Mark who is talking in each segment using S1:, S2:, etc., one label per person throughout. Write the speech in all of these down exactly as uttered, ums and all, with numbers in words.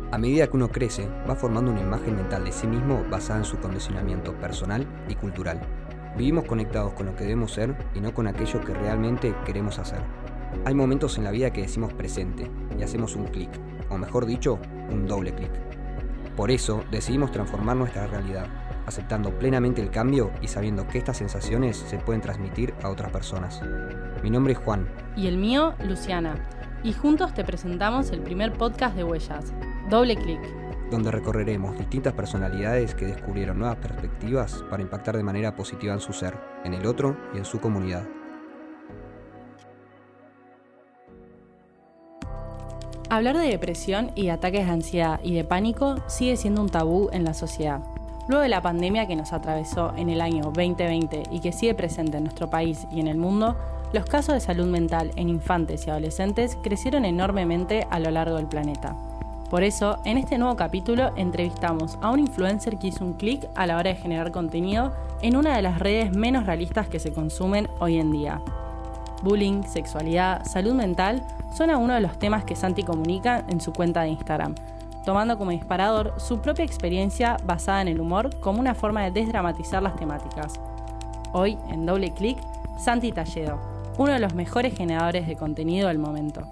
S1: A medida que uno crece, va formando una imagen mental de sí mismo basada en su condicionamiento personal y cultural. Vivimos conectados con lo que debemos ser y no con aquello que realmente queremos hacer. Hay momentos en la vida que decimos presente y hacemos un clic, o mejor dicho, un doble clic. Por eso decidimos transformar nuestra realidad, aceptando plenamente el cambio y sabiendo que estas sensaciones se pueden transmitir a otras personas. Mi nombre es Juan.
S2: Y el mío, Luciana. Y juntos te presentamos el primer podcast de Huellas, Doble Clic,
S1: donde recorreremos distintas personalidades que descubrieron nuevas perspectivas para impactar de manera positiva en su ser, en el otro y en su comunidad.
S2: Hablar de depresión y de ataques de ansiedad y de pánico sigue siendo un tabú en la sociedad. Luego de la pandemia que nos atravesó en el año veinte veinte y que sigue presente en nuestro país y en el mundo, los casos de salud mental en infantes y adolescentes crecieron enormemente a lo largo del planeta. Por eso, en este nuevo capítulo entrevistamos a un influencer que hizo un clic a la hora de generar contenido en una de las redes menos realistas que se consumen hoy en día. Bullying, sexualidad, salud mental son algunos de los temas que Santi comunica en su cuenta de Instagram, tomando como disparador su propia experiencia basada en el humor como una forma de desdramatizar las temáticas. Hoy, en Doble Clic, Santi Talledo, uno de los mejores generadores de contenido del momento.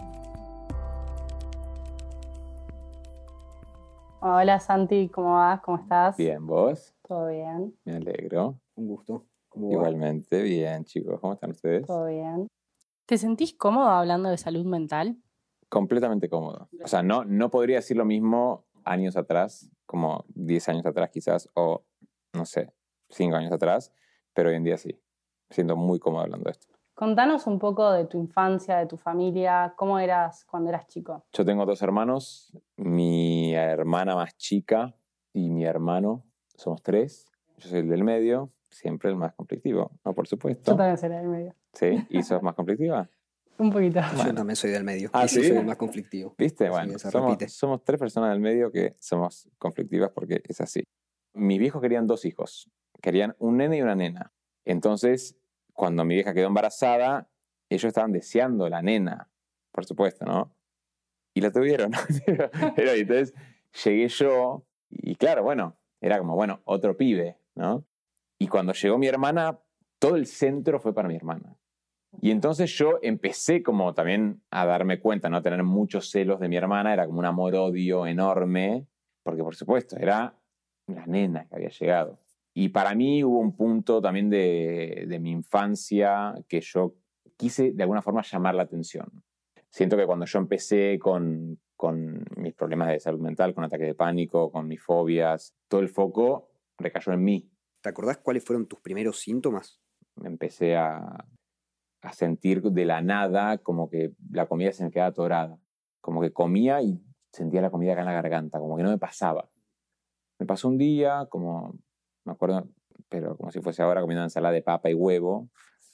S2: Hola Santi, ¿cómo vas? ¿Cómo estás?
S3: Bien, ¿vos?
S2: Todo bien.
S3: Me alegro.
S1: Un gusto. ¿Cómo
S3: Igualmente, bien, chicos. ¿Cómo están ustedes?
S2: Todo bien. ¿Te sentís cómodo hablando de salud mental?
S3: Completamente cómodo. O sea, no, no podría decir lo mismo años atrás, como diez años atrás quizás, o no sé, cinco años atrás, pero hoy en día sí. Me siento muy cómodo hablando de esto.
S2: Contanos un poco de tu infancia, de tu familia, ¿cómo eras cuando eras chico?
S3: Yo tengo dos hermanos, mi hermana más chica y mi hermano, somos tres. Yo soy el del medio, siempre el más conflictivo, ¿no? Por supuesto.
S2: Yo también seré del medio.
S3: ¿Sí? ¿Y sos más conflictiva?
S2: Un poquito.
S1: Bueno. Yo también soy del medio.
S3: ¿Ah,
S1: y
S3: sí?
S1: soy el más conflictivo.
S3: ¿Viste?
S1: Así
S3: Bueno,
S1: se
S3: somos,
S1: repite.
S3: somos tres personas del medio que somos conflictivas porque es así. Mis viejos querían dos hijos. Querían un nene y una nena. Entonces, cuando mi vieja quedó embarazada, ellos estaban deseando la nena, por supuesto, ¿no? Y la tuvieron. Pero entonces llegué yo y claro, bueno, era como, bueno, otro pibe, ¿no? Y cuando llegó mi hermana, todo el centro fue para mi hermana. Y entonces yo empecé como también a darme cuenta, no a tener muchos celos de mi hermana, era como un amor-odio enorme, porque por supuesto era la nena que había llegado. Y para mí hubo un punto también de, de mi infancia que yo quise de alguna forma llamar la atención. Siento que cuando yo empecé con, con mis problemas de salud mental, con ataques de pánico, con mis fobias, todo el foco recayó en mí.
S1: ¿Te acordás cuáles fueron tus primeros síntomas?
S3: Empecé a, a sentir de la nada como que la comida se me quedaba atorada. Como que comía y sentía la comida acá en la garganta, como que no me pasaba. Me pasó un día, como, me acuerdo, pero como si fuese ahora comiendo ensalada de papa y huevo,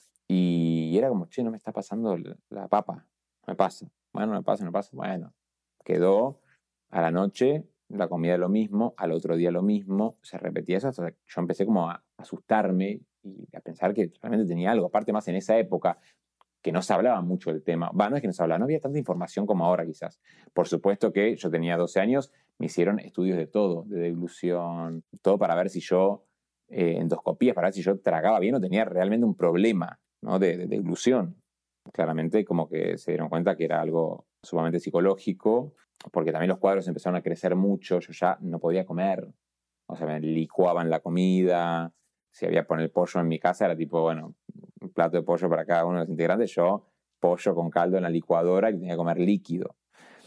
S3: y era como, che, no me está pasando la papa, no me pasa. Bueno, no me pasa, no me pasa. Bueno, quedó a la noche, la comida lo mismo, al otro día lo mismo, se repetía eso, hasta que yo empecé como a asustarme y a pensar que realmente tenía algo. Aparte más en esa época, que no se hablaba mucho del tema. Va, no es que no se hablaba, no había tanta información como ahora quizás. Por supuesto que yo tenía doce años, me hicieron estudios de todo, de deglución, todo para ver si yo, eh, endoscopías, para ver si yo tragaba bien o tenía realmente un problema, ¿no? de, de deglución. Claramente como que se dieron cuenta que era algo sumamente psicológico, porque también los cuadros empezaron a crecer mucho, yo ya no podía comer, o sea, me licuaban la comida, si había poner pollo en mi casa era tipo, bueno, un plato de pollo para cada uno de los integrantes, yo pollo con caldo en la licuadora y tenía que comer líquido.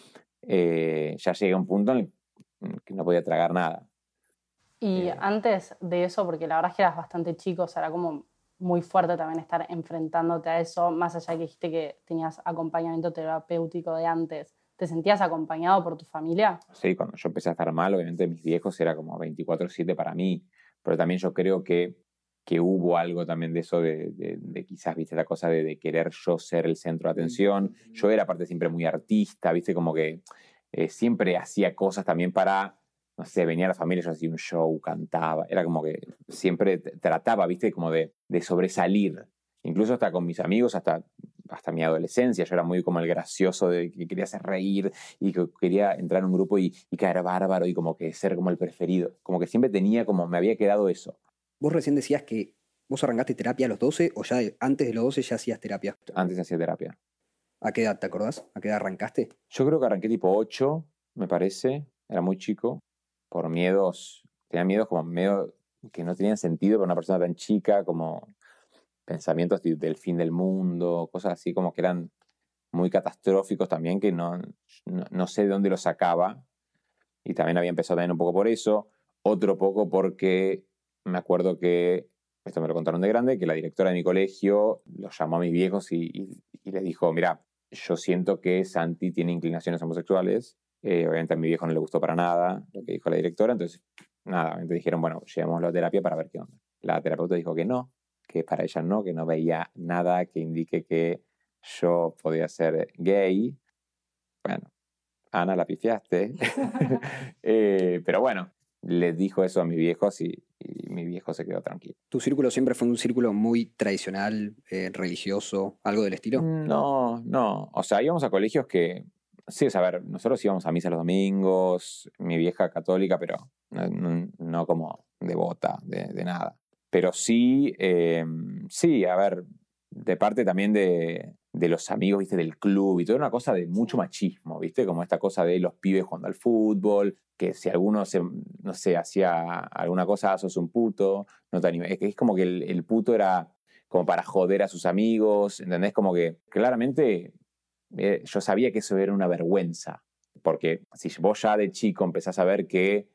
S3: Eh, ya llegué a un punto en el que no podía tragar nada.
S2: Y
S3: Eh,
S2: antes de eso, porque la verdad es que eras bastante chico, o sea, era como muy fuerte también estar enfrentándote a eso, más allá de que dijiste que tenías acompañamiento terapéutico de antes. ¿Te sentías acompañado por tu familia?
S3: Sí, cuando yo empecé a estar mal, obviamente mis viejos era como veinticuatro siete para mí, pero también yo creo que, que hubo algo también de eso de, de, de quizás, viste, la cosa de, de querer yo ser el centro de atención. Yo era aparte siempre muy artista, viste, como que eh, siempre hacía cosas también para, no sé, venía a la familia, yo hacía un show, cantaba, era como que siempre trataba, viste, como de, de sobresalir. Incluso hasta con mis amigos, hasta hasta mi adolescencia. Yo era muy como el gracioso de que quería hacer reír y que quería entrar en un grupo y, y caer bárbaro y como que ser como el preferido. Como que siempre tenía como, me había quedado eso.
S1: Vos recién decías que vos arrancaste terapia a los doce o ya antes de los doce ya hacías terapia.
S3: Antes hacía terapia.
S1: ¿A qué edad te acordás? ¿A qué edad arrancaste?
S3: Yo creo que arranqué tipo ocho, me parece. Era muy chico. Por miedos, tenía miedos como medio que no tenían sentido para una persona tan chica, como pensamientos del fin del mundo, cosas así como que eran muy catastróficos también, que no, no, no sé de dónde los sacaba. Y también había empezado también un poco por eso. Otro poco porque me acuerdo que, esto me lo contaron de grande, que la directora de mi colegio los llamó a mis viejos y, y, y les dijo, mira, yo siento que Santi tiene inclinaciones homosexuales. Eh, obviamente a mi viejo no le gustó para nada lo que dijo la directora, entonces nada, obviamente dijeron, bueno, llevémoslo a terapia para ver qué onda. La terapeuta dijo que no, que para ella no, que no veía nada que indique que yo podía ser gay. Bueno, Ana, la pifiaste. eh, pero bueno, les dijo eso a mis viejos y, y mi viejo se quedó tranquilo.
S1: ¿Tu círculo siempre fue un círculo muy tradicional, eh, religioso, algo del estilo?
S3: No, no. O sea, íbamos a colegios que... Sí, o sea, a ver, nosotros íbamos a misa los domingos, mi vieja católica, pero no, no, no como devota de, de nada. Pero sí, eh, sí, a ver, de parte también de, de los amigos, ¿viste? Del club y toda una cosa de mucho machismo, ¿viste? Como esta cosa de los pibes jugando al fútbol, que si alguno, se, no sé, hacía alguna cosa, sos un puto, no te animes. Es que es como que el, el puto era como para joder a sus amigos, ¿entendés? Como que claramente eh, yo sabía que eso era una vergüenza, porque si vos ya de chico empezás a ver que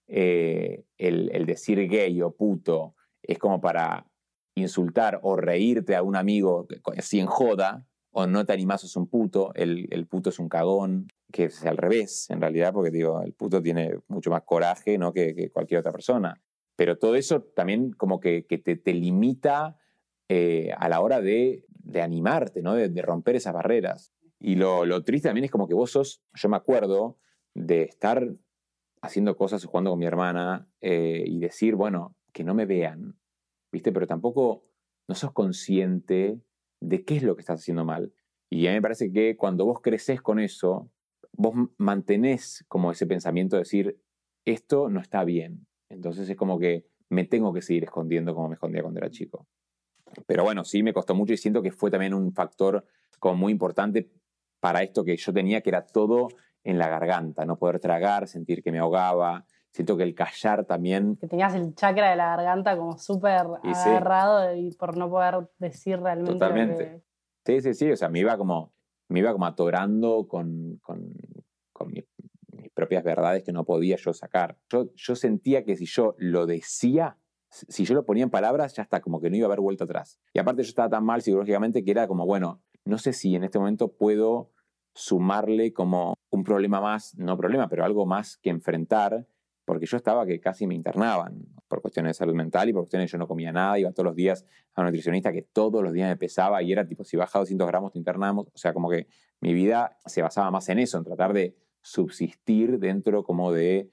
S3: eh, el, el decir gay o puto es como para insultar o reírte a un amigo así en joda, o no te animás, sos un puto, el, el puto es un cagón, que es al revés, en realidad, porque digo, el puto tiene mucho más coraje, ¿no? que, que cualquier otra persona. Pero todo eso también como que, que te, te limita eh, a la hora de, de animarte, ¿no? de, de romper esas barreras. Y lo, lo triste también es como que vos sos, yo me acuerdo de estar haciendo cosas, jugando con mi hermana eh, y decir, bueno, que no me vean, ¿viste? Pero tampoco no sos consciente de qué es lo que estás haciendo mal. Y a mí me parece que cuando vos creces con eso, vos mantenés como ese pensamiento de decir, esto no está bien. Entonces es como que me tengo que seguir escondiendo como me escondía cuando era chico. Pero bueno, sí me costó mucho y siento que fue también un factor como muy importante para esto que yo tenía, que era todo en la garganta, no poder tragar, sentir que me ahogaba. Siento que el callar también...
S2: Que tenías el chakra de la garganta como súper agarrado sí. Y por no poder decir realmente
S3: Totalmente.
S2: Lo que...
S3: Sí, sí, sí. O sea, me iba como, me iba como atorando con, con, con mi, mis propias verdades que no podía yo sacar. Yo, yo sentía que si yo lo decía, si yo lo ponía en palabras, ya está, como que no iba a haber vuelta atrás. Y aparte yo estaba tan mal psicológicamente que era como, bueno, no sé si en este momento puedo sumarle como un problema más, no problema, pero algo más que enfrentar, porque yo estaba que casi me internaban por cuestiones de salud mental y por cuestiones de yo no comía nada, iba todos los días a un nutricionista que todos los días me pesaba y era tipo, si baja doscientos gramos te internamos, o sea, como que mi vida se basaba más en eso, en tratar de subsistir dentro como de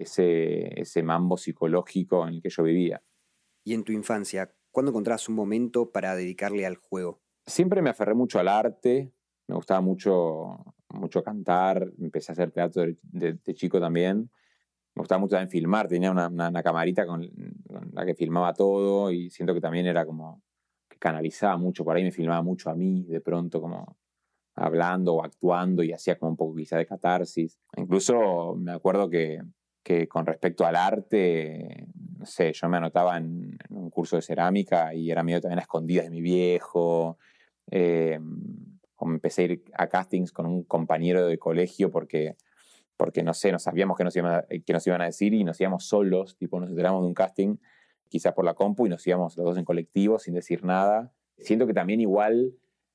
S3: ese, ese mambo psicológico en el que yo vivía.
S1: ¿Y en tu infancia, cuándo encontrabas un momento para dedicarle al juego?
S3: Siempre me aferré mucho al arte, me gustaba mucho, mucho cantar, empecé a hacer teatro de, de, de chico también. Me gustaba mucho también filmar, tenía una, una, una camarita con, con la que filmaba todo y siento que también era como que canalizaba mucho, por ahí me filmaba mucho a mí, de pronto como hablando o actuando y hacía como un poco quizá de catarsis. Incluso me acuerdo que, que con respecto al arte, no sé, yo me anotaba en, en un curso de cerámica y era medio también a escondidas de mi viejo. Eh, como empecé a ir a castings con un compañero de colegio porque... porque no sé, no sabíamos qué nos, iban a, qué nos iban a decir y nos íbamos solos, tipo nos enteramos de un casting, quizás por la compu, y nos íbamos los dos en colectivo sin decir nada. Siento que también igual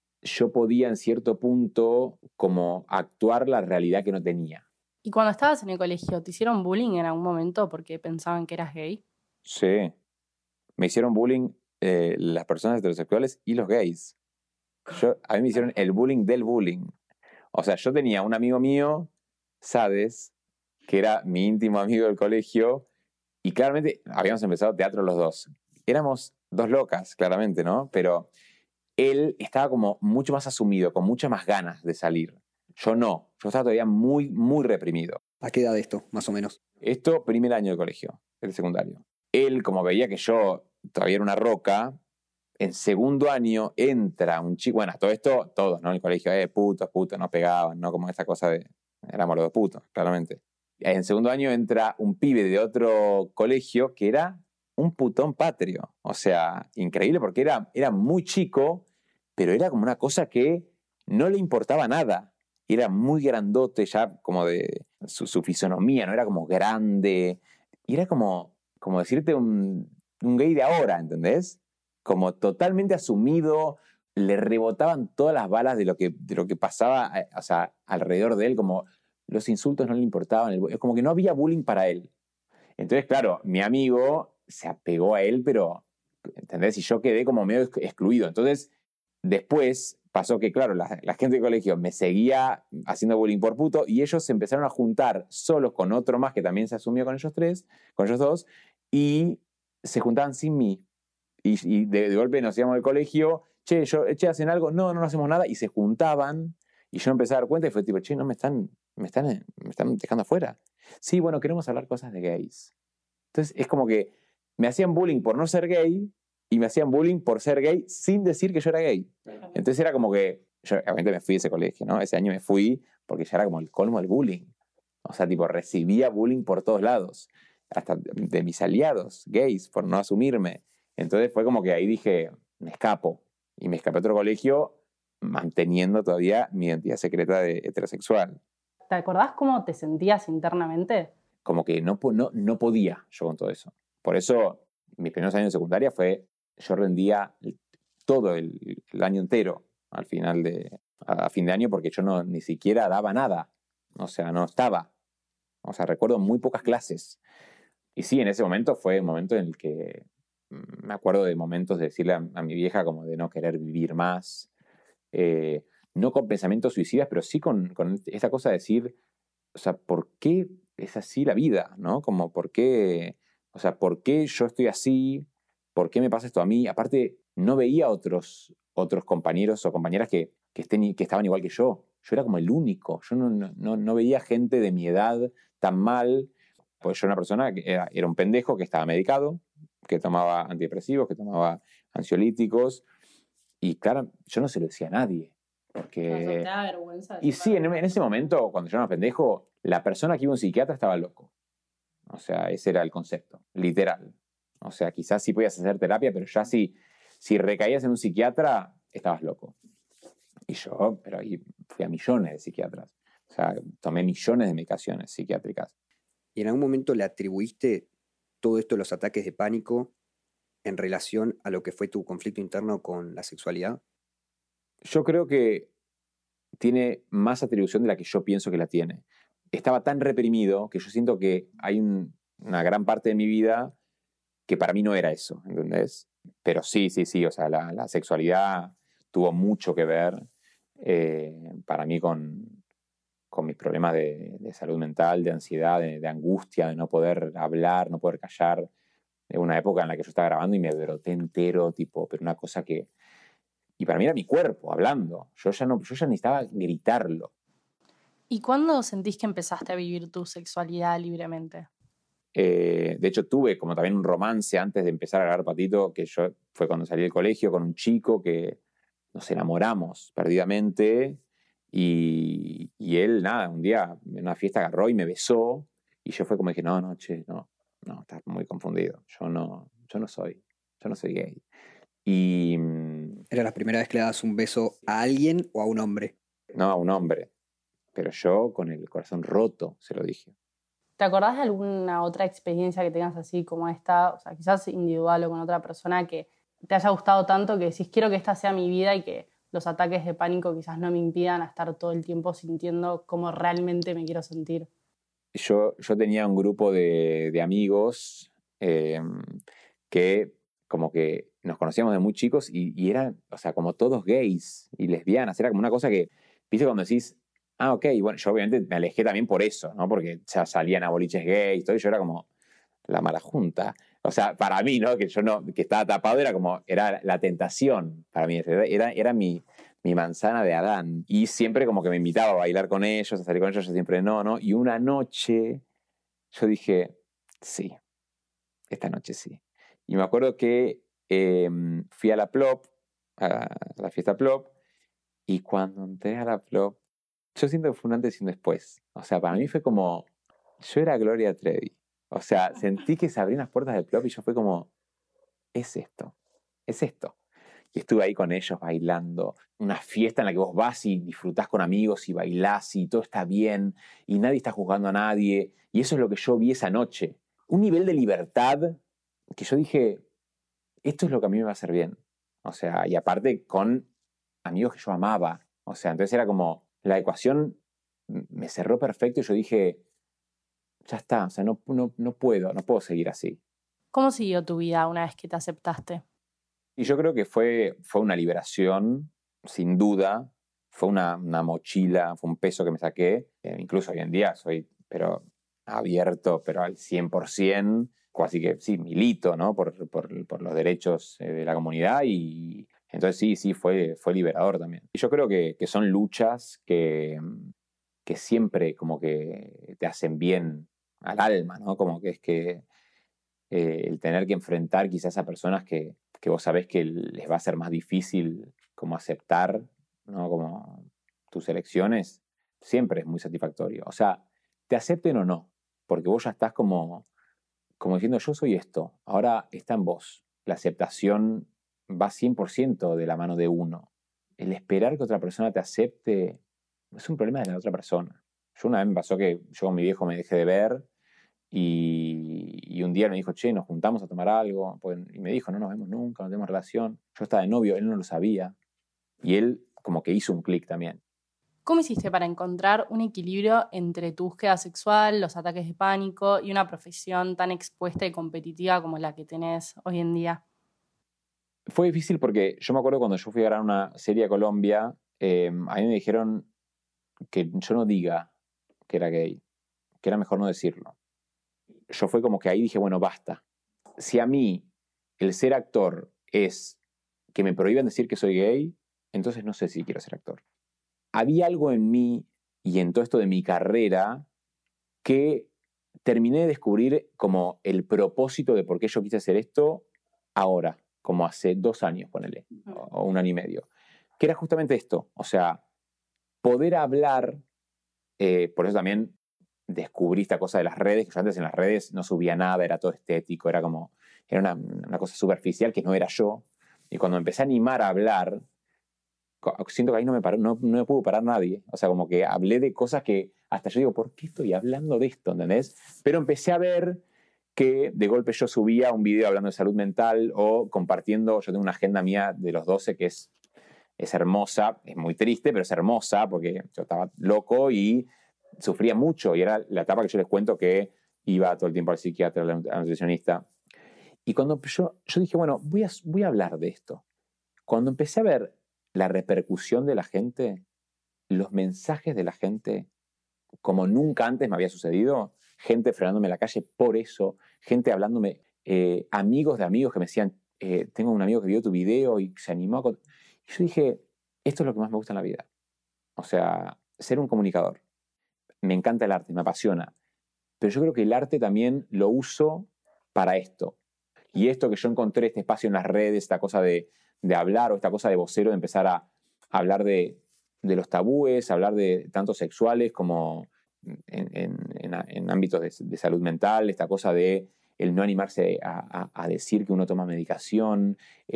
S3: yo podía en cierto punto como actuar la realidad que no tenía.
S2: ¿Y cuando estabas en el colegio, te hicieron bullying en algún momento porque pensaban que eras gay?
S3: Sí, me hicieron bullying eh, las personas heterosexuales y los gays. Yo, a mí me hicieron el bullying del bullying. O sea, yo tenía un amigo mío, Sades, que era mi íntimo amigo del colegio, y claramente habíamos empezado teatro los dos. Éramos dos locas, claramente, ¿no? Pero él estaba como mucho más asumido, con muchas más ganas de salir. Yo no, yo estaba todavía muy, muy reprimido.
S1: ¿A qué edad esto, más o menos?
S3: Esto, primer año de colegio, del secundario. Él, como veía que yo todavía era una roca, en segundo año entra un chico, bueno, todo esto, todos, ¿no? En el colegio, eh, putos, putos, nos pegaban, ¿no? Como esa cosa de, éramos los dos putos, claramente. En segundo año entra un pibe de otro colegio que era un putón patrio. O sea, increíble porque era, era muy chico, pero era como una cosa que no le importaba nada. Era muy grandote ya, como de su, su fisonomía, ¿no? Era como grande. Y era como, como decirte un, un gay de ahora, ¿entendés? Como totalmente asumido, le rebotaban todas las balas de lo que, de lo que pasaba, o sea, alrededor de él, como los insultos no le importaban, es como que no había bullying para él. Entonces, claro, mi amigo se apegó a él, pero, ¿entendés? Y yo quedé como medio excluido. Entonces, después pasó que, claro, la, la gente del colegio me seguía haciendo bullying por puto y ellos se empezaron a juntar solos con otro más que también se asumió con ellos tres, con ellos dos, y se juntaban sin mí. Y, y de, de golpe nos íbamos del colegio, che, yo, che, ¿hacen algo? No, no, no hacemos nada. Y se juntaban y yo empecé a dar cuenta y fue tipo, che, no, me están, me están, me están dejando afuera. Sí, bueno, queremos hablar cosas de gays. Entonces es como que me hacían bullying por no ser gay y me hacían bullying por ser gay sin decir que yo era gay. Entonces era como que, yo obviamente me fui de ese colegio, ¿no? Ese año me fui porque ya era como el colmo del bullying. O sea, tipo, recibía bullying por todos lados, hasta de mis aliados gays por no asumirme. Entonces fue como que ahí dije, me escapo. Y me escapé a otro colegio manteniendo todavía mi identidad secreta de heterosexual.
S2: ¿Te acordás cómo te sentías internamente?
S3: Como que no, no, no podía yo con todo eso. Por eso mis primeros años de secundaria fue, yo rendía todo el, el año entero al final de, a, a fin de año porque yo no, ni siquiera daba nada. O sea, no estaba. O sea, recuerdo muy pocas clases. Y sí, en ese momento fue un momento en el que me acuerdo de momentos de decirle a, a mi vieja como de no querer vivir más. Eh, no con pensamientos suicidas, pero sí con, con esta cosa de decir, o sea, ¿por qué es así la vida? ¿No? Como, ¿por qué? O sea, ¿por qué yo estoy así? ¿Por qué me pasa esto a mí? Aparte, no veía otros, otros compañeros o compañeras que, que, estén, que estaban igual que yo. Yo era como el único. Yo no, no, no veía gente de mi edad tan mal. Pues yo era una persona que era, era un pendejo que estaba medicado, que tomaba antidepresivos, que tomaba ansiolíticos. Y claro, yo no se lo decía a nadie. Porque...
S2: No, te da vergüenza.
S3: Y sí, en, en ese momento, cuando yo era pendejo, la persona que iba a un psiquiatra estaba loco. O sea, ese era el concepto, literal. O sea, quizás sí podías hacer terapia, pero ya si, si recaías en un psiquiatra, estabas loco. Y yo, pero ahí fui a millones de psiquiatras. O sea, tomé millones de medicaciones psiquiátricas.
S1: ¿Y en algún momento le atribuiste todo esto de los ataques de pánico en relación a lo que fue tu conflicto interno con la sexualidad?
S3: Yo creo que tiene más atribución de la que yo pienso que la tiene. Estaba tan reprimido que yo siento que hay un, una gran parte de mi vida que para mí no era eso, ¿entendés? Pero sí, sí, sí, o sea, la, la sexualidad tuvo mucho que ver eh, para mí con, con mis problemas de, de salud mental, de ansiedad, de, de angustia, de no poder hablar, no poder callar. De una época en la que yo estaba grabando y me broté entero, tipo, pero una cosa que... Y para mí era mi cuerpo hablando. Yo ya, no, yo ya necesitaba gritarlo.
S2: ¿Y cuándo sentís que empezaste a vivir tu sexualidad libremente?
S3: Eh, de hecho, tuve como también un romance antes de empezar a grabar Patito, que yo fue cuando salí del colegio con un chico que nos enamoramos perdidamente. Y, y él, nada, un día en una fiesta agarró y me besó. Y yo fue como dije, no, no, che, no, no, estás muy confundido. Yo no, yo no soy, yo no soy gay. Y...
S1: ¿Era la primera vez que le dabas un beso a alguien o a un hombre?
S3: No, a un hombre. Pero yo con el corazón roto se lo dije.
S2: ¿Te acordás de alguna otra experiencia que tengas así como esta? O sea, quizás individual o con otra persona que te haya gustado tanto que decís, quiero que esta sea mi vida y que los ataques de pánico quizás no me impidan a estar todo el tiempo sintiendo cómo realmente me quiero sentir.
S3: Yo, yo tenía un grupo de, de amigos eh, que como que nos conocíamos de muy chicos y, y eran, o sea, como todos gays y lesbianas. Era como una cosa que, viste, cuando decís, ah, ok, bueno, yo obviamente me alejé también por eso, ¿no? Porque ya salían a boliches gays y todo, y yo era como la mala junta. O sea, para mí, ¿no? Que yo no, que estaba tapado, era como, era la tentación para mí. Era, era mi, mi manzana de Adán. Y siempre como que me invitaba a bailar con ellos, a salir con ellos, yo siempre no, ¿no? Y una noche yo dije, sí, esta noche sí. Y me acuerdo que eh, fui a la Plop, a la fiesta Plop, y cuando entré a la Plop, yo siento que fue un antes y un después. O sea, para mí fue como, yo era Gloria Trevi. O sea, sentí que se abrían las puertas del Plop y yo fue como, es esto, es esto. Y estuve ahí con ellos bailando, una fiesta en la que vos vas y disfrutás con amigos y bailás y todo está bien y nadie está juzgando a nadie. Y eso es lo que yo vi esa noche. Un nivel de libertad que yo dije, esto es lo que a mí me va a hacer bien. O sea, y aparte con amigos que yo amaba. O sea, entonces era como, la ecuación me cerró perfecto y yo dije, ya está, o sea, no, no, no puedo, no puedo seguir así.
S2: ¿Cómo siguió tu vida una vez que te aceptaste?
S3: Y yo creo que fue, fue una liberación, sin duda. Fue una, una mochila, fue un peso que me saqué. Eh, incluso hoy en día soy, pero abierto, pero al cien por ciento. Así que sí, milito, ¿no? Por, por, por los derechos eh, de la comunidad y entonces sí, sí, fue, fue liberador también. Y yo creo que, que son luchas que, que siempre como que te hacen bien al alma, ¿no? Como que es que eh, el tener que enfrentar quizás a personas que, que vos sabés que les va a ser más difícil como aceptar, ¿no? Como tus elecciones, siempre es muy satisfactorio. O sea, te acepten o no, porque vos ya estás como, como diciendo yo soy esto, ahora está en vos. La aceptación va cien por ciento de la mano de uno. El esperar que otra persona te acepte es un problema de la otra persona. Yo una vez me pasó que yo con mi viejo me dejé de ver y, y un día me dijo, che, nos juntamos a tomar algo. Y me dijo, no nos vemos nunca, no tenemos relación. Yo estaba de novio, él no lo sabía. Y él como que hizo un clic también.
S2: ¿Cómo hiciste para encontrar un equilibrio entre tu búsqueda sexual, los ataques de pánico y una profesión tan expuesta y competitiva como la que tenés hoy en día?
S3: Fue difícil porque yo me acuerdo cuando yo fui a grabar una serie a Colombia, eh, a mí me dijeron que yo no diga que era gay, que era mejor no decirlo. Yo fue como que ahí dije, bueno, basta. Si a mí el ser actor es que me prohíben decir que soy gay, entonces no sé si quiero ser actor. Había algo en mí y en todo esto de mi carrera que terminé de descubrir como el propósito de por qué yo quise hacer esto ahora, como hace dos años, ponele, o un año y medio. Que era justamente esto, o sea, poder hablar, eh, por eso también descubrí esta cosa de las redes, que yo antes en las redes no subía nada, era todo estético, era como, era una, una cosa superficial que no era yo. Y cuando empecé a animar a hablar, siento que ahí no me, paró, no, no me pudo parar nadie. O sea, como que hablé de cosas que hasta yo digo, ¿por qué estoy hablando de esto? ¿Entendés? Pero empecé a ver que de golpe yo subía un video hablando de salud mental o compartiendo, yo tengo una agenda mía de los doce que es, es hermosa, es muy triste, pero es hermosa porque yo estaba loco y sufría mucho y era la etapa que yo les cuento que iba todo el tiempo al psiquiatra, al nutricionista. Y cuando yo, yo dije, bueno, voy a, voy a hablar de esto. Cuando empecé a ver la repercusión de la gente, los mensajes de la gente, como nunca antes me había sucedido, gente frenándome en la calle por eso, gente hablándome, eh, amigos de amigos que me decían, eh, tengo un amigo que vio tu video y se animó a... Y yo dije, esto es lo que más me gusta en la vida. O sea, ser un comunicador. Me encanta el arte, me apasiona. Pero yo creo que el arte también lo uso para esto. Y esto que yo encontré, este espacio en las redes, esta cosa de, de hablar o esta cosa de vocero, de empezar a, a hablar de, de los tabúes, hablar de tanto sexuales como en, en, en, en ámbitos de, de salud mental, esta cosa de el no animarse a, a, a decir que uno toma medicación,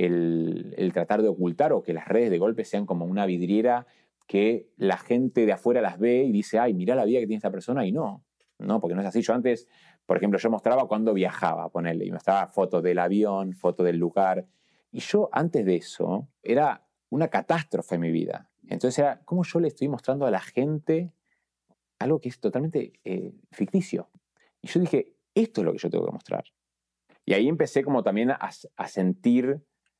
S3: el, el tratar de ocultar o que las redes de golpe sean como una vidriera que la gente de afuera las ve y dice, ay, mirá la vida que tiene esta persona, y no, no, porque no es así. Yo antes, por ejemplo, yo mostraba cuando viajaba, ponerle, y mostraba fotos del avión, fotos del lugar, y yo antes de eso era una catástrofe en mi vida. Entonces era, ¿cómo yo le estoy mostrando a la gente algo que es totalmente eh, ficticio? Y yo dije, esto es lo que yo tengo que mostrar. Y ahí empecé como también a, a sentir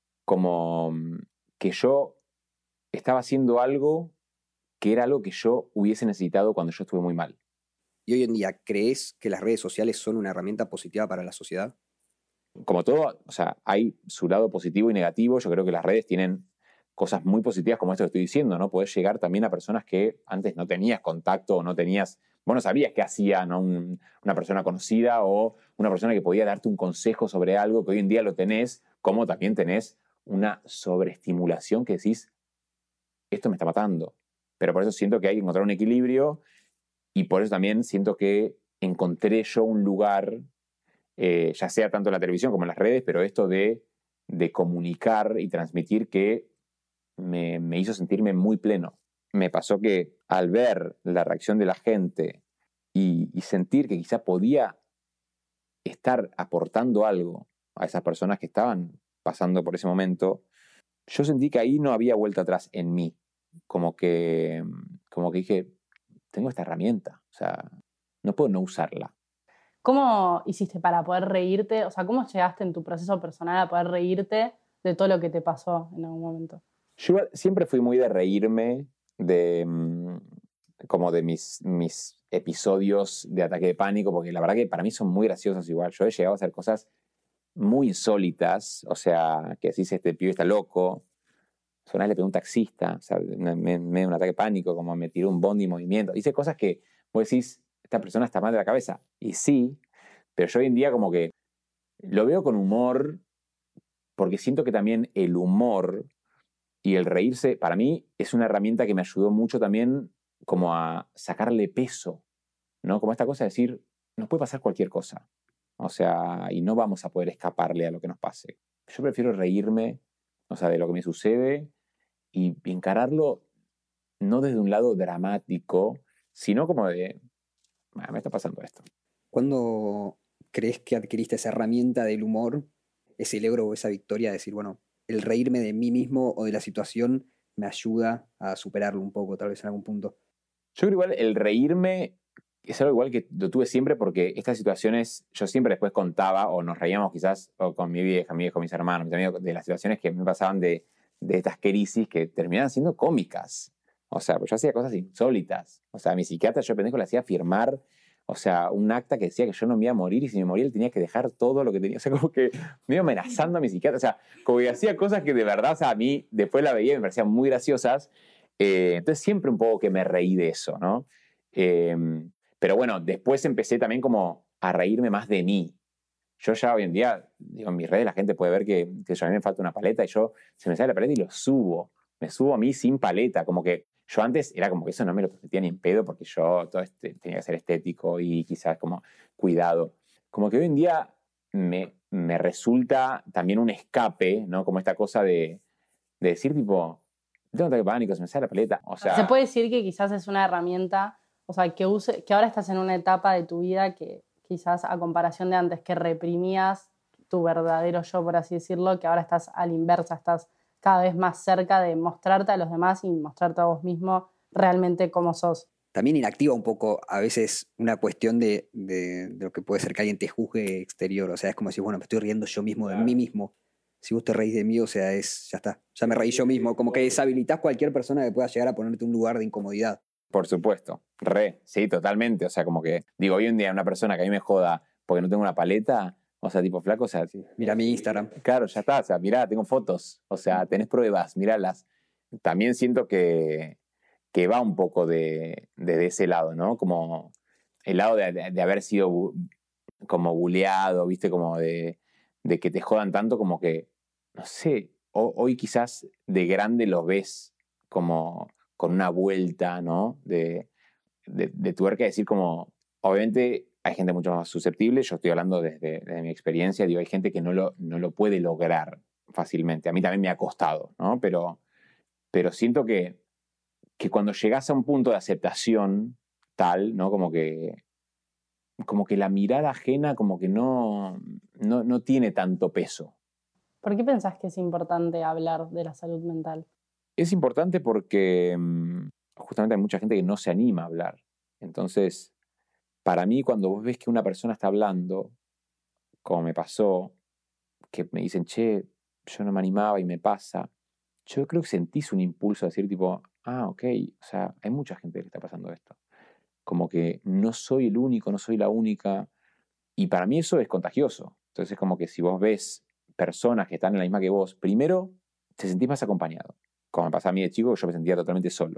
S3: como que yo estaba haciendo algo que era algo que yo hubiese necesitado cuando yo estuve muy mal.
S1: ¿Y hoy en día crees que las redes sociales son una herramienta positiva para la sociedad?
S3: como todo, o sea, hay su lado positivo y negativo. Yo creo que las redes tienen cosas muy positivas como esto que estoy diciendo, ¿no? Podés llegar también a personas que antes no tenías contacto o no tenías, vos no sabías qué hacía, ¿no? Un, una persona conocida o una persona que podía darte un consejo sobre algo que hoy en día lo tenés, como también tenés una sobreestimulación que decís, esto me está matando. Pero por eso siento que hay que encontrar un equilibrio y por eso también siento que encontré yo un lugar, eh, ya sea tanto en la televisión como en las redes, pero esto de, de comunicar y transmitir que me, me hizo sentirme muy pleno. Me pasó que al ver la reacción de la gente y, y sentir que quizá podía estar aportando algo a esas personas que estaban pasando por ese momento, yo sentí que ahí no había vuelta atrás en mí. Como que, como que dije, tengo esta herramienta, o sea, no puedo no usarla.
S2: ¿Cómo hiciste para poder reírte? O sea, ¿cómo llegaste en tu proceso personal a poder reírte de todo lo que te pasó en algún momento?
S3: Yo siempre fui muy de reírme de, como de mis, mis episodios de ataque de pánico, porque la verdad que para mí son muy graciosos igual. Yo he llegado a hacer cosas muy insólitas, o sea, que decís, este pibe está loco. Una vez le pegué a un taxista, o sea, me, me, me dio un ataque de pánico, como me tiró un bondi en movimiento. Hice cosas que vos decís, esta persona está mal de la cabeza. Y sí, pero yo hoy en día como que lo veo con humor, porque siento que también el humor y el reírse, para mí, es una herramienta que me ayudó mucho también como a sacarle peso, ¿no? Como esta cosa de decir, nos puede pasar cualquier cosa. O sea, y no vamos a poder escaparle a lo que nos pase. Yo prefiero reírme, o sea, de lo que me sucede y encararlo no desde un lado dramático, sino como de, ah, me está pasando esto.
S1: ¿Cuándo crees que adquiriste esa herramienta del humor, ese logro o esa victoria de decir, bueno, el reírme de mí mismo o de la situación me ayuda a superarlo un poco, tal vez en algún punto?
S3: Yo creo igual el reírme es algo igual que lo tuve siempre porque estas situaciones yo siempre después contaba o nos reíamos quizás o con mi vieja, mi viejo, mis hermanos, mis amigos, de las situaciones que me pasaban de, de estas crisis que terminaban siendo cómicas. O sea, pues yo hacía cosas insólitas. O sea, a mi psiquiatra yo pendejo le hacía firmar, o sea, un acta que decía que yo no me iba a morir y si me moría él tenía que dejar todo lo que tenía. O sea, como que me iba amenazando a mi psiquiatra. O sea, como que hacía cosas que de verdad, o sea, a mí después la veía y me parecían muy graciosas. Eh, entonces siempre un poco que me reí de eso, ¿no? Eh, pero bueno, después empecé también como a reírme más de mí. Yo ya hoy en día, digo, en mis redes la gente puede ver que, que yo, a mí me falta una paleta y yo se me sale la paleta y lo subo. Me subo a mí sin paleta, como que yo antes era como que eso no me lo permitía ni en pedo porque yo todo este, tenía que ser estético y quizás como cuidado. Como que hoy en día me, me resulta también un escape, ¿no? Como esta cosa de, de decir tipo, tengo ataque de pánico, se me sale la paleta. O sea,
S2: se puede decir que quizás es una herramienta, o sea, que, use, que ahora estás en una etapa de tu vida que quizás a comparación de antes que reprimías tu verdadero yo, por así decirlo, que ahora estás a la inversa, estás cada vez más cerca de mostrarte a los demás y mostrarte a vos mismo realmente cómo sos.
S1: También inactiva un poco a veces una cuestión de, de, de lo que puede ser que alguien te juzgue exterior. O sea, es como decir, bueno, me estoy riendo yo mismo de mí mismo. Si vos te reís de mí, o sea, es ya está. Ya me reí yo mismo. Como que deshabilitás cualquier persona que pueda llegar a ponerte un lugar de incomodidad.
S3: Por supuesto, re, sí, totalmente. O sea, como que, digo, hoy en día una persona que a mí me joda porque no tengo una paleta, o sea, tipo flaco, o sea...
S1: Mira mi Instagram.
S3: Claro, ya está, o sea, mirá, tengo fotos, o sea, tenés pruebas, míralas. También siento que, que va un poco de, de, de ese lado, ¿no? Como el lado de, de, de haber sido bu como buleado, ¿viste? Como de, de que te jodan tanto como que, no sé, o, hoy quizás de grande lo ves como con una vuelta, ¿no? De, de, de tuerca, decir como, obviamente hay gente mucho más susceptible, yo estoy hablando desde, desde mi experiencia, digo, hay gente que no lo, no lo puede lograr fácilmente. A mí también me ha costado, ¿no? Pero, pero siento que, que cuando llegas a un punto de aceptación tal, ¿no? Como que, como que la mirada ajena como que no, no, no tiene tanto peso.
S2: ¿Por qué pensás que es importante hablar de la salud mental?
S3: Es importante porque justamente hay mucha gente que no se anima a hablar. Entonces, para mí, cuando vos ves que una persona está hablando, como me pasó, que me dicen, che, yo no me animaba y me pasa, yo creo que sentís un impulso de decir tipo, ah, ok, o sea, hay mucha gente que le está pasando esto. Como que no soy el único, no soy la única. Y para mí eso es contagioso. Entonces, como que si vos ves personas que están en la misma que vos, primero te sentís más acompañado. Como me pasaba a mí de chico, yo me sentía totalmente solo.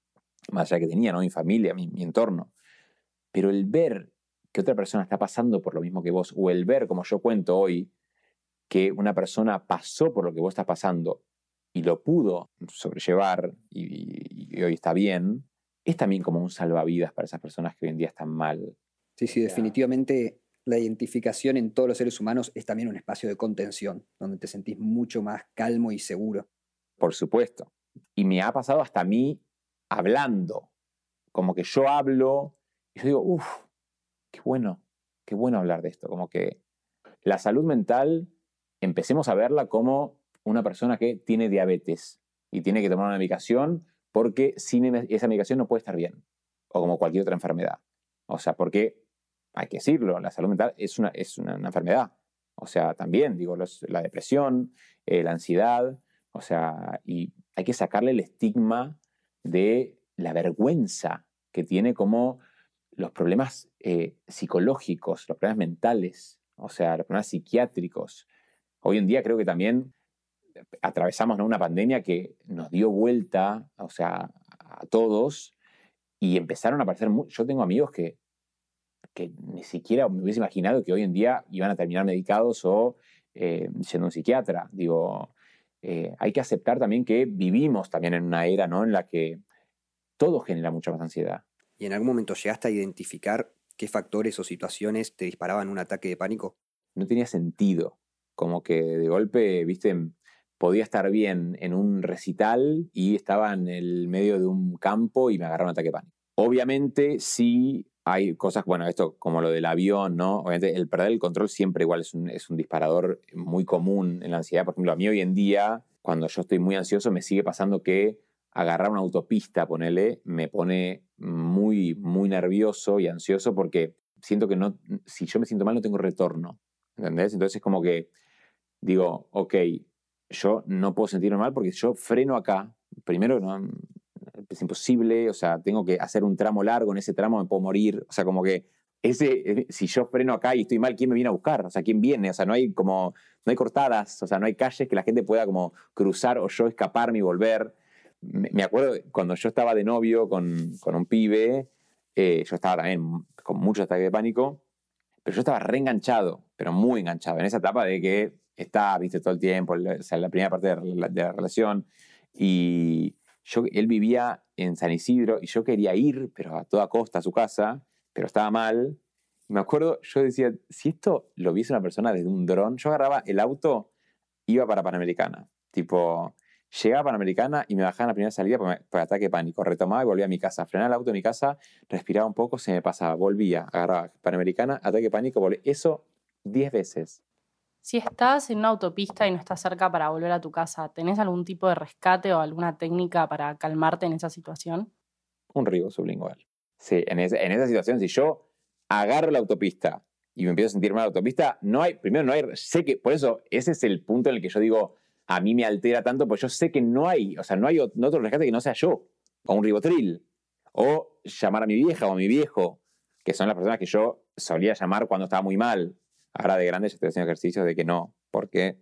S3: Más allá que tenía, ¿no? Mi familia, mi, mi entorno. Pero el ver que otra persona está pasando por lo mismo que vos, o el ver, como yo cuento hoy, que una persona pasó por lo que vos estás pasando y lo pudo sobrellevar y, y, y hoy está bien, es también como un salvavidas para esas personas que hoy en día están mal.
S1: Sí, sí, definitivamente la identificación en todos los seres humanos es también un espacio de contención, donde te sentís mucho más calmo y seguro.
S3: Por supuesto. Y me ha pasado hasta a mí hablando. Como que yo hablo y yo digo, uff, qué bueno, qué bueno hablar de esto. Como que la salud mental, empecemos a verla como una persona que tiene diabetes y tiene que tomar una medicación porque sin esa medicación no puede estar bien. O como cualquier otra enfermedad. O sea, porque, hay que decirlo, la salud mental es una, es una, una enfermedad. O sea, también, digo, los, la depresión, eh, la ansiedad, o sea, y hay que sacarle el estigma de la vergüenza que tiene como los problemas eh, psicológicos, los problemas mentales, o sea, los problemas psiquiátricos. Hoy en día creo que también atravesamos, ¿no?, una pandemia que nos dio vuelta, o sea, a todos, y empezaron a aparecer... Muy, yo tengo amigos que, que ni siquiera me hubiese imaginado que hoy en día iban a terminar medicados o eh, siendo un psiquiatra. Digo, eh, hay que aceptar también que vivimos también en una era, ¿no?, en la que todo genera mucha más ansiedad.
S1: ¿Y en algún momento llegaste a identificar qué factores o situaciones te disparaban un ataque de pánico?
S3: No tenía sentido. Como que de golpe, viste, podía estar bien en un recital y estaba en el medio de un campo y me agarraba un ataque de pánico. Obviamente sí hay cosas, bueno, esto como lo del avión, ¿no? Obviamente el perder el control siempre igual es un, es un disparador muy común en la ansiedad. Por ejemplo, a mí hoy en día, cuando yo estoy muy ansioso, me sigue pasando que agarrar una autopista, ponele, me pone muy, muy nervioso y ansioso porque siento que no, si yo me siento mal no tengo retorno, ¿entendés? Entonces es como que digo, ok, yo no puedo sentirme mal porque yo freno acá, primero no, es imposible, o sea, tengo que hacer un tramo largo, en ese tramo me puedo morir, o sea, como que ese, si yo freno acá y estoy mal, ¿quién me viene a buscar? O sea, ¿quién viene? O sea, no hay como, no hay cortadas, o sea, no hay calles que la gente pueda como cruzar o yo escaparme y volver. Me acuerdo cuando yo estaba de novio con, con un pibe, eh, yo estaba también con mucho ataque de pánico, pero yo estaba reenganchado, pero muy enganchado, en esa etapa de que está, viste, todo el tiempo, o sea, la primera parte de la, de la relación, y yo, él vivía en San Isidro y yo quería ir, pero a toda costa a su casa, pero estaba mal. Me acuerdo, yo decía, si esto lo viese una persona desde un dron, yo agarraba el auto, iba para Panamericana, tipo... Llegaba a Panamericana y me bajaba en la primera salida por, por ataque de pánico. Retomaba y volvía a mi casa. Frenaba el auto en mi casa, respiraba un poco, se me pasaba. Volvía, agarraba Panamericana, ataque de pánico, volvía. Eso diez veces.
S2: Si estás en una autopista y no estás cerca para volver a tu casa, ¿tenés algún tipo de rescate o alguna técnica para calmarte en esa situación?
S3: Un ribo sublingual. Sí, en, ese, en esa situación, si yo agarro la autopista y me empiezo a sentir mal en la autopista, no hay, primero no hay, sé que, por eso, ese es el punto en el que yo digo... A mí me altera tanto, pues yo sé que no hay, o sea, no hay otro rescate que no sea yo, o un ribotril, o llamar a mi vieja o a mi viejo, que son las personas que yo solía llamar cuando estaba muy mal. Ahora de grande ya estoy haciendo ejercicios de que no, porque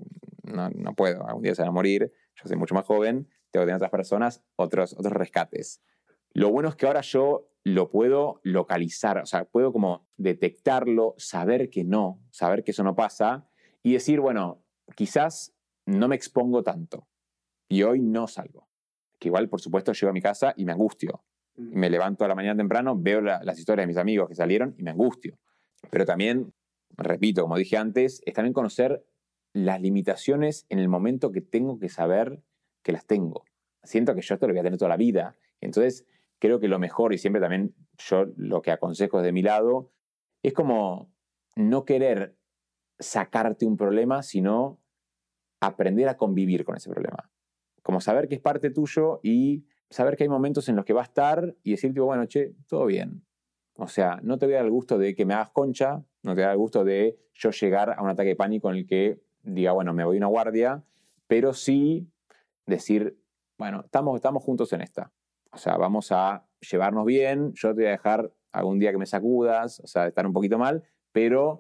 S3: no, no puedo, algún día se van a morir, yo soy mucho más joven, tengo que tener otras personas, otros, otros rescates. Lo bueno es que ahora yo lo puedo localizar, o sea, puedo como detectarlo, saber que no, saber que eso no pasa, y decir, bueno, quizás no me expongo tanto y hoy no salgo. Que igual, por supuesto, llego a mi casa y me angustio. Me levanto a la mañana temprano, veo la, las historias de mis amigos que salieron y me angustio. Pero también, repito, como dije antes, es también conocer las limitaciones en el momento que tengo que saber que las tengo. Siento que yo esto lo voy a tener toda la vida. Entonces, creo que lo mejor, y siempre también yo lo que aconsejo desde mi lado, es como no querer sacarte un problema, sino aprender a convivir con ese problema. Como saber que es parte tuyo y saber que hay momentos en los que va a estar y decirte, bueno, che, todo bien. O sea, no te voy a dar el gusto de que me hagas concha, no te voy a dar el gusto de yo llegar a un ataque de pánico en el que diga, bueno, me voy a una guardia, pero sí decir, bueno, estamos, estamos juntos en esta. O sea, vamos a llevarnos bien, yo te voy a dejar algún día que me sacudas, o sea, estar un poquito mal, pero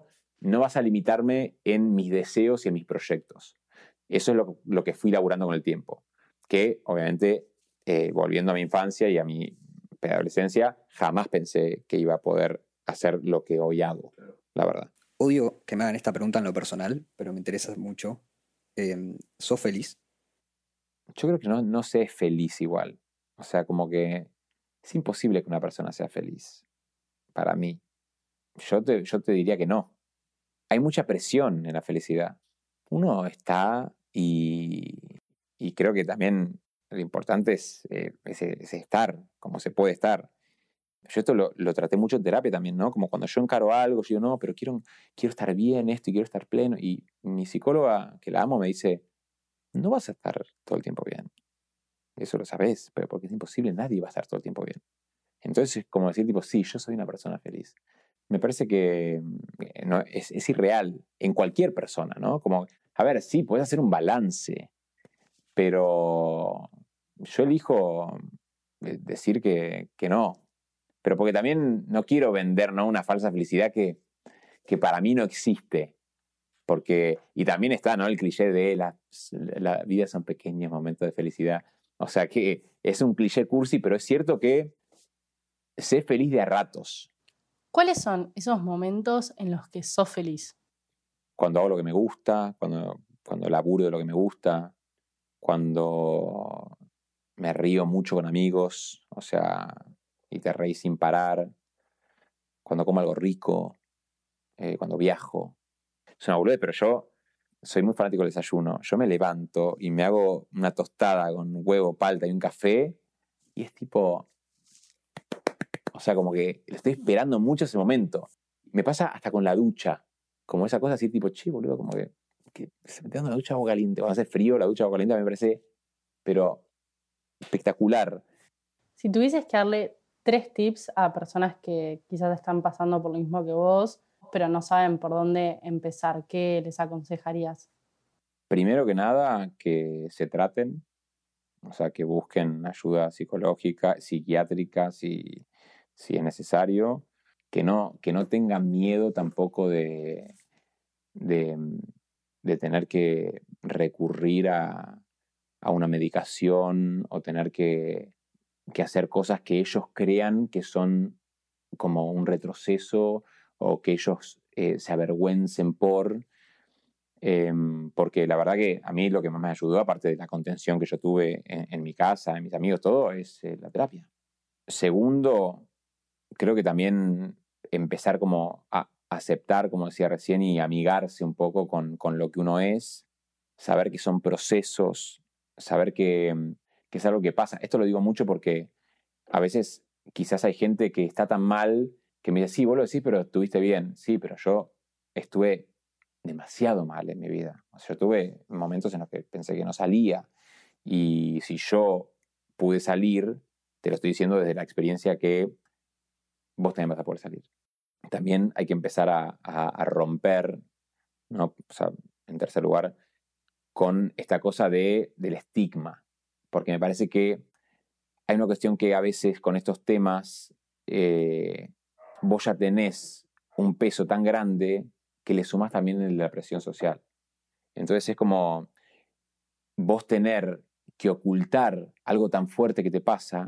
S3: no vas a limitarme en mis deseos y en mis proyectos. Eso es lo, lo que fui laburando con el tiempo. Que, obviamente, eh, volviendo a mi infancia y a mi preadolescencia, jamás pensé que iba a poder hacer lo que hoy hago, la verdad.
S1: Odio que me hagan esta pregunta en lo personal, pero me interesa mucho. Eh, ¿Sos feliz?
S3: Yo creo que no, no sé feliz igual. O sea, como que es imposible que una persona sea feliz. Para mí. Yo te, yo te diría que no. Hay mucha presión en la felicidad. Uno está y, y creo que también lo importante es, eh, es, es estar, como se puede estar. Yo esto lo, lo traté mucho en terapia también, ¿no? Como cuando yo encaro algo, yo digo, no, pero quiero, quiero estar bien esto y quiero estar pleno. Y mi psicóloga, que la amo, me dice, no vas a estar todo el tiempo bien. Eso lo sabes, pero porque es imposible, nadie va a estar todo el tiempo bien. Entonces es como decir, tipo, sí, yo soy una persona feliz. Me parece que no, es, es irreal en cualquier persona, ¿no? Como, a ver, sí, puedes hacer un balance, pero yo elijo decir que, que no. Pero porque también no quiero vender, ¿no?, una falsa felicidad que, que para mí no existe. Porque, y también está, ¿no?, el cliché de la, la vida son pequeños momentos de felicidad. O sea que es un cliché cursi, pero es cierto que sé feliz de a ratos.
S2: ¿Cuáles son esos momentos en los que sos feliz?
S3: Cuando hago lo que me gusta, cuando, cuando laburo de lo que me gusta, cuando me río mucho con amigos, o sea, y te reís sin parar, cuando como algo rico, eh, cuando viajo. Es una boludez, pero yo soy muy fanático del desayuno. Yo me levanto y me hago una tostada con huevo, palta y un café y es tipo... O sea, como que lo estoy esperando mucho ese momento. Me pasa hasta con la ducha. Como esa cosa así tipo, che, boludo, como que, que se me está dando la ducha agua caliente. Cuando hace frío, la ducha agua caliente me parece, pero espectacular.
S2: Si tuvieses que darle tres tips a personas que quizás están pasando por lo mismo que vos, pero no saben por dónde empezar, ¿qué les aconsejarías?
S3: Primero que nada, que se traten. O sea, que busquen ayuda psicológica, psiquiátrica, si, si es necesario. Que no, que no tengan miedo tampoco de, de, de tener que recurrir a, a una medicación o tener que, que hacer cosas que ellos crean que son como un retroceso o que ellos eh, se avergüencen por... Eh, porque la verdad que a mí lo que más me ayudó, aparte de la contención que yo tuve en, en mi casa, en mis amigos, todo, es eh, la terapia. Segundo, creo que también empezar como a aceptar, como decía recién, y amigarse un poco con, con lo que uno es, saber que son procesos, saber que, que es algo que pasa. Esto lo digo mucho porque a veces quizás hay gente que está tan mal que me dice, sí, vos lo decís, pero estuviste bien. Sí, pero yo estuve demasiado mal en mi vida. O sea, yo tuve momentos en los que pensé que no salía. Y si yo pude salir, te lo estoy diciendo desde la experiencia que vos también vas a poder salir. También hay que empezar a, a, a romper, ¿no? O sea, en tercer lugar, con esta cosa de, del estigma. Porque me parece que hay una cuestión que a veces con estos temas eh, vos ya tenés un peso tan grande que le sumás también en la presión social. Entonces es como vos tener que ocultar algo tan fuerte que te pasa,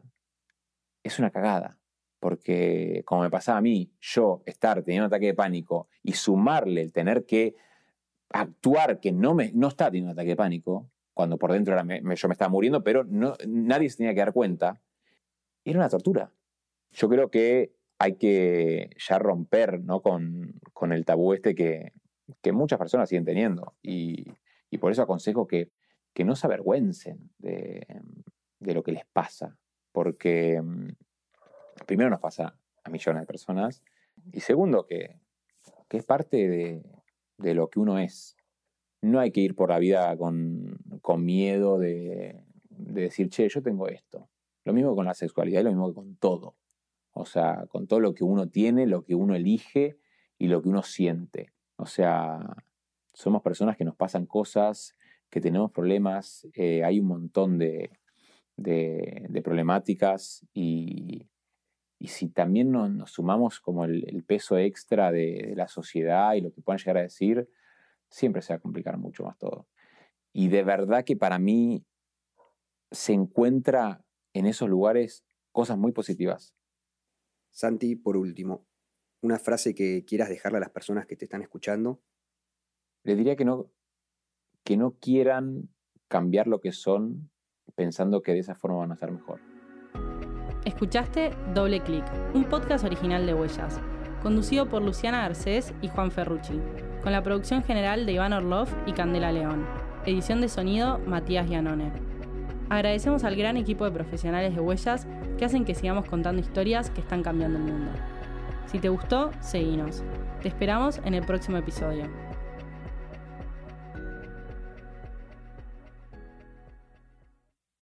S3: es una cagada. Porque como me pasaba a mí, yo estar teniendo un ataque de pánico y sumarle el tener que actuar que no, me, no está teniendo un ataque de pánico, cuando por dentro era me, me, yo me estaba muriendo, pero no, nadie se tenía que dar cuenta, era una tortura. Yo creo que hay que ya romper, ¿no?, con, con el tabú este que, que muchas personas siguen teniendo. Y, y por eso aconsejo que, que no se avergüencen de, de lo que les pasa. Porque primero nos pasa a millones de personas. Y segundo, que, que es parte de, de lo que uno es. No hay que ir por la vida con, con miedo de, de decir, che, yo tengo esto. Lo mismo con la sexualidad y lo mismo que con todo. O sea, con todo lo que uno tiene, lo que uno elige y lo que uno siente. O sea, somos personas que nos pasan cosas, que tenemos problemas, eh, hay un montón de, de, de problemáticas y, Y si también nos, nos sumamos como el, el peso extra de, de la sociedad y lo que puedan llegar a decir, siempre se va a complicar mucho más todo. Y de verdad que para mí se encuentra en esos lugares cosas muy positivas.
S1: Santi, por último, una frase que quieras dejarle a las personas que te están escuchando.
S3: Les diría que no, que no quieran cambiar lo que son pensando que de esa forma van a ser mejor.
S2: Escuchaste Doble Clic, un podcast original de Huellas, conducido por Luciana Garcés y Juan Ferrucci, con la producción general de Iván Orlov y Candela León. Edición de sonido, Matías Giannone. Agradecemos al gran equipo de profesionales de Huellas que hacen que sigamos contando historias que están cambiando el mundo. Si te gustó, seguinos. Te esperamos en el próximo episodio.